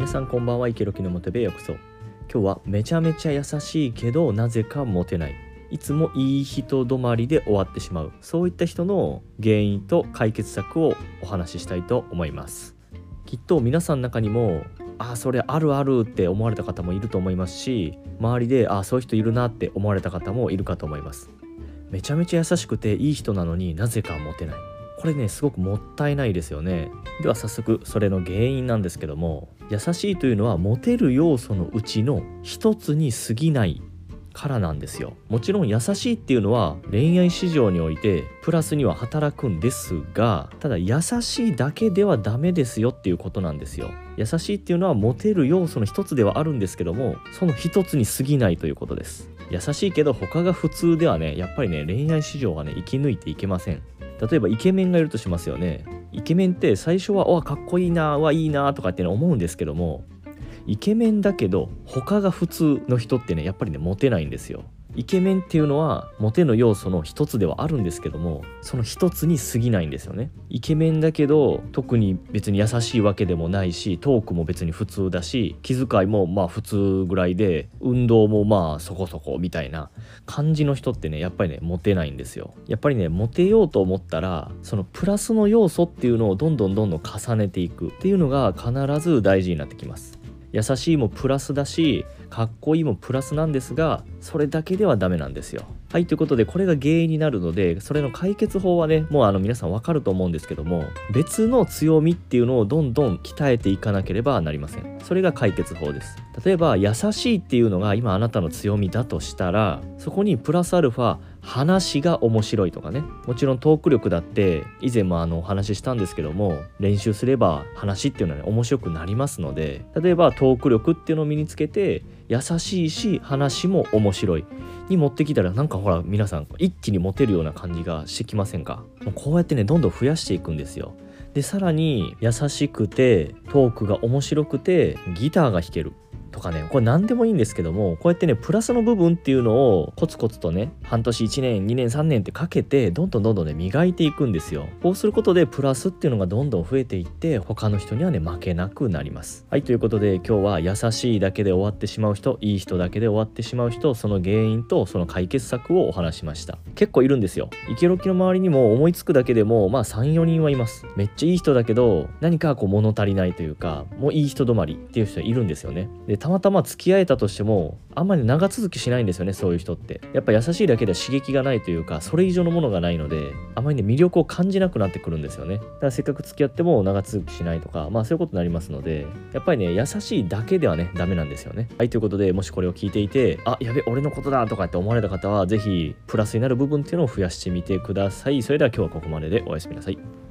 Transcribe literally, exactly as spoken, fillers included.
さんこんばんは。イケロキのモテ部へようこそ。今日はめちゃめちゃ優しいけどなぜかモテない、いつもいい人止まりで終わってしまう、そういった人の原因と解決策をお話ししたいと思います。きっと皆さんの中にもああそれあるあるって思われた方もいると思いますし、周りでああそういう人いるなって思われた方もいるかと思います。めちゃめちゃ優しくていい人なのになぜかモテない、これねすごくもったいないですよね。では早速それの原因なんですけども、優しいというのはモテる要素のうちの一つに過ぎないからなんですよ。もちろん優しいっていうのは恋愛市場においてプラスには働くんですが、ただ優しいだけではダメですよっていうことなんですよ。優しいっていうのはモテる要素の一つではあるんですけども、その一つに過ぎないということです。優しいけど他が普通ではね、やっぱりね恋愛市場はね生き抜いていけません。例えばイケメンがいるとしますよね。イケメンって最初はおかっこいいな、わいいなとかって、ね、思うんですけども、イケメンだけど他が普通の人ってねやっぱりねモテないんですよ。イケメンっていうのはモテの要素の一つではあるんですけども、その一つに過ぎないんですよね。イケメンだけど特に別に優しいわけでもないし、トークも別に普通だし、気遣いもまあ普通ぐらいで、運動もまあそこそこみたいな感じの人ってねやっぱりねモテないんですよ。やっぱりねモテようと思ったら、そのプラスの要素っていうのをどんどんどんどん重ねていくっていうのが必ず大事になってきます。優しいもプラスだし、かっこいいもプラスなんですが、それだけではダメなんですよ。はい、ということでこれが原因になるので、それの解決法はねもうあの皆さんわかると思うんですけども、別の強みっていうのをどんどん鍛えていかなければなりません。それが解決法です。例えば優しいっていうのが今あなたの強みだとしたら、そこにプラスアルファ話が面白いとかね、もちろんトーク力だって以前もあのお話ししたんですけども、練習すれば話っていうのはね面白くなりますので、例えばトーク力っていうのを身につけて優しいし話も面白いに持ってきたら、なんかほら皆さん一気にモテるような感じがしてきませんか？もうこうやってねどんどん増やしていくんですよ。でさらに優しくてトークが面白くてギターが弾けるとかね、これ何でもいいんですけども、こうやってねプラスの部分っていうのをコツコツとね半年いちねんにねんさんねんってかけてどんどんどんどんね磨いていくんですよ。こうすることでプラスっていうのがどんどん増えていって、他の人にはね負けなくなります。はい、ということで今日は優しいだけで終わってしまう人、いい人だけで終わってしまう人、その原因とその解決策をお話しました。結構いるんですよ。イケロキの周りにも思いつくだけでもまあ さんよにんはいます。めっちゃいい人だけど何かこう物足りないというか、もういい人止まりっていう人いるんですよね。でたまたま付き合えたとしてもあんまり長続きしないんですよね。そういう人ってやっぱ優しいだけでは刺激がないというか、それ以上のものがないので、あまりね魅力を感じなくなってくるんですよね。だからせっかく付き合っても長続きしないとか、まあそういうことになりますので、やっぱりね優しいだけではねダメなんですよね。はい、ということでもしこれを聞いていて、あやべ俺のことだとかって思われた方は、ぜひプラスになる部分っていうのを増やしてみてください。それでは今日はここまででおやすみなさい。